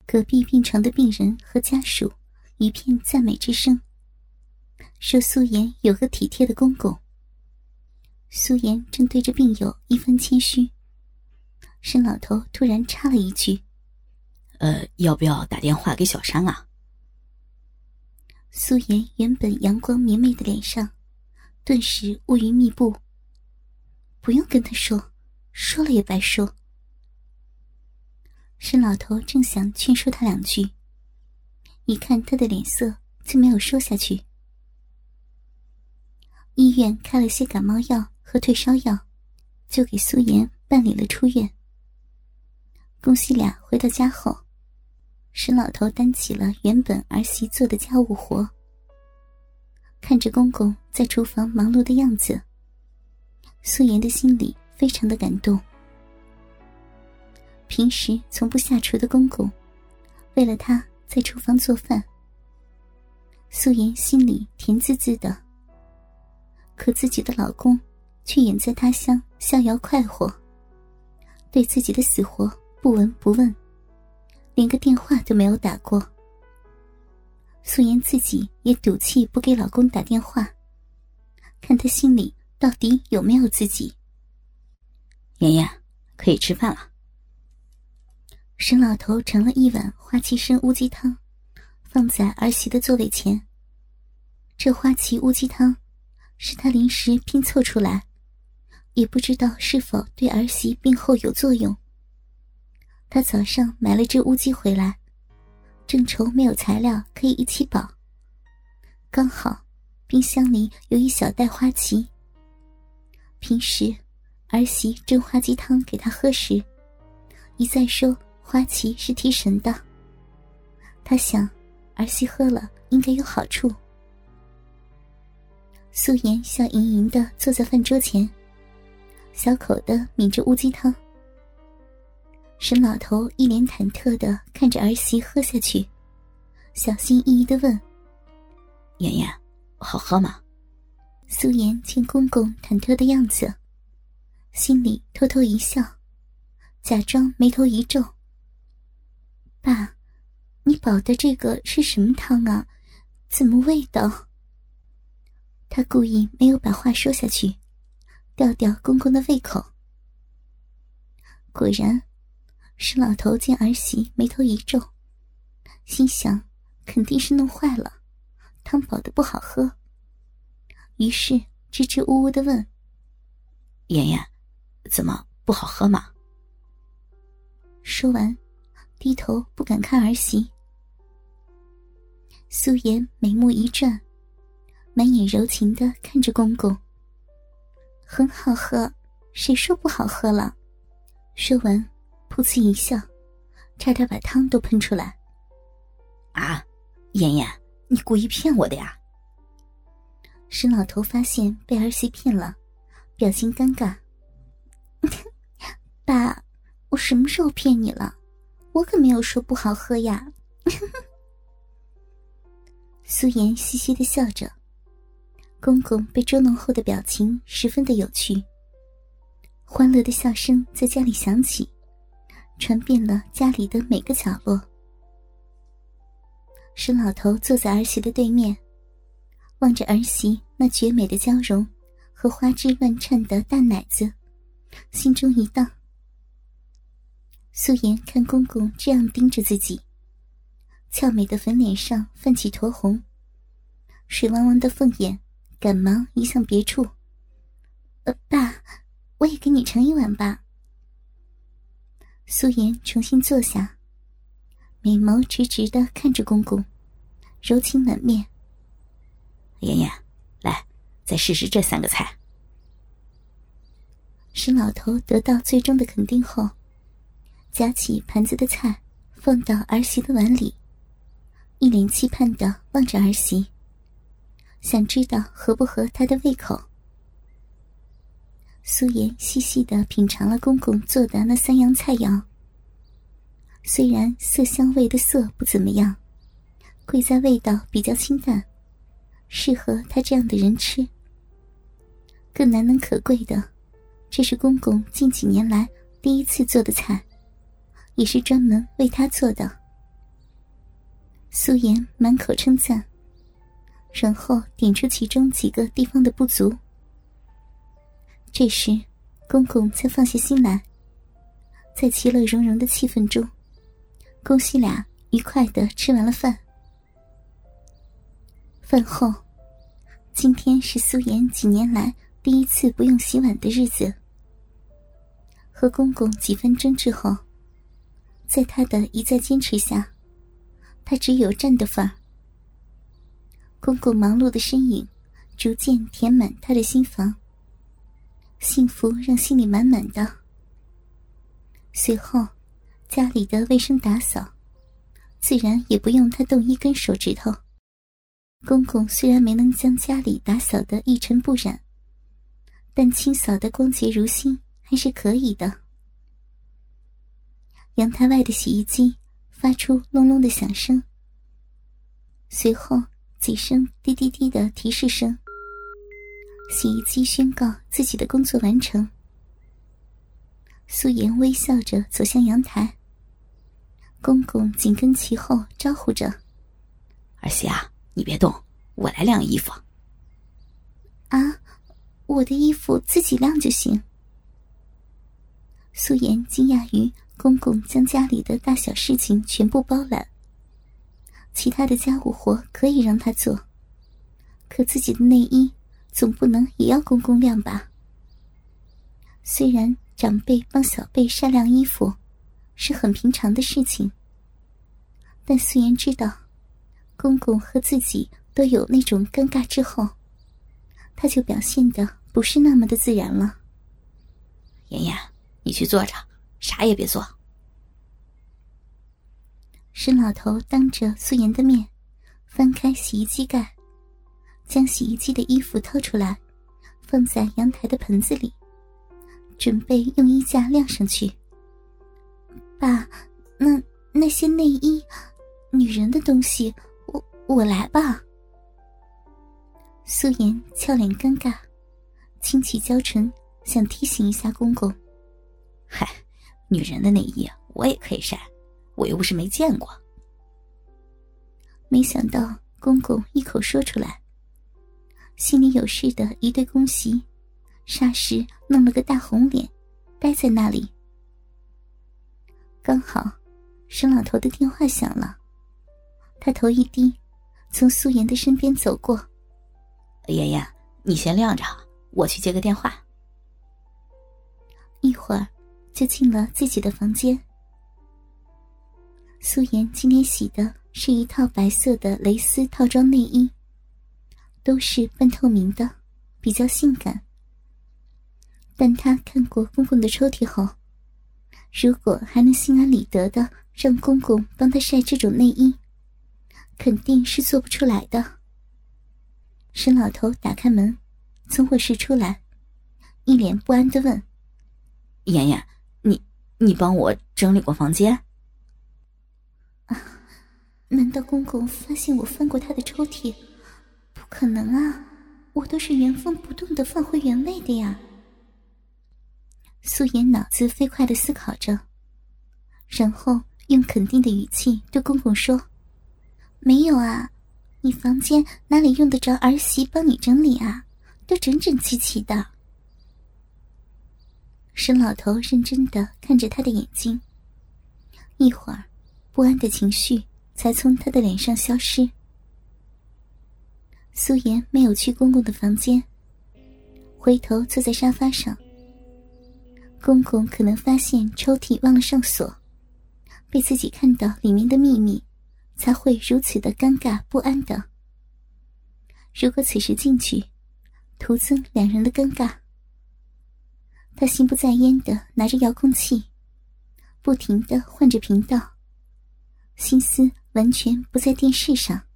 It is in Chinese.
隔壁病床的病人和家属一片赞美之声，说苏颜有个体贴的公公。苏颜正对着病友一番谦虚，沈老头突然插了一句： 要不要打电话给小山啊？ 苏颜原本阳光明媚的脸上顿时乌云密布。不用跟他说，说了也白说。沈老头正想劝说他两句，一看他的脸色就没有说下去。医院开了些感冒药和退烧药，就给苏颜办理了出院。公西俩回到家后，沈老头担起了原本儿媳做的家务活，看着公公在厨房忙碌的样子，苏颜的心里非常的感动。平时从不下厨的公公，为了他在厨房做饭，苏颜心里甜滋滋的。可自己的老公却远在他乡逍遥快活，对自己的死活不闻不问，连个电话都没有打过。苏颜自己也赌气不给老公打电话，看他心里到底有没有自己。 妍妍，可以吃饭了。 沈老头盛了一碗花旗参乌鸡汤，放在儿媳的座位前。这花旗乌鸡汤是他临时拼凑出来，也不知道是否对儿媳病后有作用。他早上买了只乌鸡回来，正愁没有材料可以一起煲，刚好冰箱里有一小袋花旗。平时儿媳蒸花鸡汤给他喝时，一再说花旗是提神的，他想儿媳喝了应该有好处。素颜笑盈盈地坐在饭桌前，小口地抿着乌鸡汤。沈老头一脸忐忑地看着儿媳喝下去，小心翼翼地问： 妍妍，好喝吗？ 素颜见公公忐忑的样子，心里偷偷一笑，假装眉头一皱：爸，你煲的这个是什么汤啊？怎么味道？他故意没有把话说下去，吊吊公公的胃口。果然，沈老头见儿媳眉头一皱，心想肯定是弄坏了，汤煲的不好喝，于是支支吾吾地问： 妍妍，怎么不好喝吗？ 说完，低头不敢看儿媳。苏颜眉目一转，满眼柔情地看着公公：很好喝，谁说不好喝了？说完，噗呲一笑，差点把汤都喷出来。 啊，妍妍，你故意骗我的呀？ 沈老头发现被儿媳骗了，表情尴尬。爸，我什么时候骗你了？我可没有说不好喝呀。苏颜嘻嘻地笑着，公公被捉弄后的表情十分的有趣。欢乐的笑声在家里响起，传遍了家里的每个角落。沈老头坐在儿媳的对面，望着儿媳那绝美的娇容和花枝乱颤的大奶子，心中一荡。素颜看公公这样盯着自己，俏美的粉脸上泛起酡红，水汪汪的凤眼赶忙移向别处。爸，我也给你盛一碗吧。素颜重新坐下，美眸直直地看着公公，柔情满面。 妍妍，来，再试试这3个菜。 沈老头得到最终的肯定后，夹起盘子的菜放到儿媳的碗里，一脸期盼地望着儿媳，想知道合不合她的胃口。苏颜细细地品尝了公公做的那3样菜肴，虽然色香味的色不怎么样，贵在味道比较清淡，适合他这样的人吃。更难能可贵的，这是公公近几年来第一次做的菜，也是专门为他做的。 素颜满口称赞，然后点出其中几个地方的不足。这时公公才放下心来，在其乐融融的气氛中，公媳俩愉快地吃完了饭。饭后，今天是素颜几年来第一次不用洗碗的日子。和公公几番争执后，在他的一再坚持下，他只有站的份儿。公公忙碌的身影逐渐填满他的心房，幸福让心里满满的。随后家里的卫生打扫自然也不用他动一根手指头。公公虽然没能将家里打扫得一尘不染，但清扫得光洁如新还是可以的。阳台外的洗衣机发出隆隆的响声，随后几声滴滴滴的提示声，洗衣机宣告自己的工作完成。素颜微笑着走向阳台，公公紧跟其后招呼着：“ 儿媳啊，你别动，我来晾衣服。” 啊，我的衣服自己晾就行。素颜惊讶于公公将家里的大小事情全部包揽，其他的家务活可以让他做，可自己的内衣总不能也要公公晾吧。虽然长辈帮小辈晒晾衣服是很平常的事情，但素颜知道公公和自己都有那种尴尬之后，他就表现得不是那么的自然了。 妍妍，你去坐着，啥也别做。 沈老头当着素颜的面翻开洗衣机盖，将洗衣机的衣服掏出来放在阳台的盆子里，准备用衣架晾上去。爸，那些内衣，女人的东西，我来吧。素颜俏脸尴尬，轻启娇唇，想提醒一下公公。 嗨，女人的内衣我也可以晒，我又不是没见过。 没想到公公一口说出来，心里有事的一对公媳霎时弄了个大红脸，呆在那里。刚好沈老头的电话响了，他头一低，从素颜的身边走过。 妍妍，你先晾着，我去接个电话。 一会儿就进了自己的房间。素颜今天洗的是一套白色的蕾丝套装内衣，都是半透明的，比较性感。但她看过公公的抽屉后，如果还能心安理得的让公公帮她晒这种内衣，肯定是做不出来的。沈老头打开门，从卧室出来，一脸不安地问：“ 妍妍，你帮我整理过房间？” 啊，难道公公发现我翻过他的抽屉？不可能啊，我都是原封不动地放回原位的呀。素颜脑子飞快地思考着，然后用肯定的语气对公公说：“没有啊，你房间哪里用得着儿媳帮你整理啊，都整整齐齐的。”沈老头认真地看着他的眼睛，一会儿不安的情绪才从他的脸上消失。素颜没有去公公的房间，回头坐在沙发上。公公可能发现抽屉忘了上锁，被自己看到里面的秘密，才会如此的尴尬不安的。如果此时进去，徒增两人的尴尬。他心不在焉地拿着遥控器，不停地换着频道，心思完全不在电视上。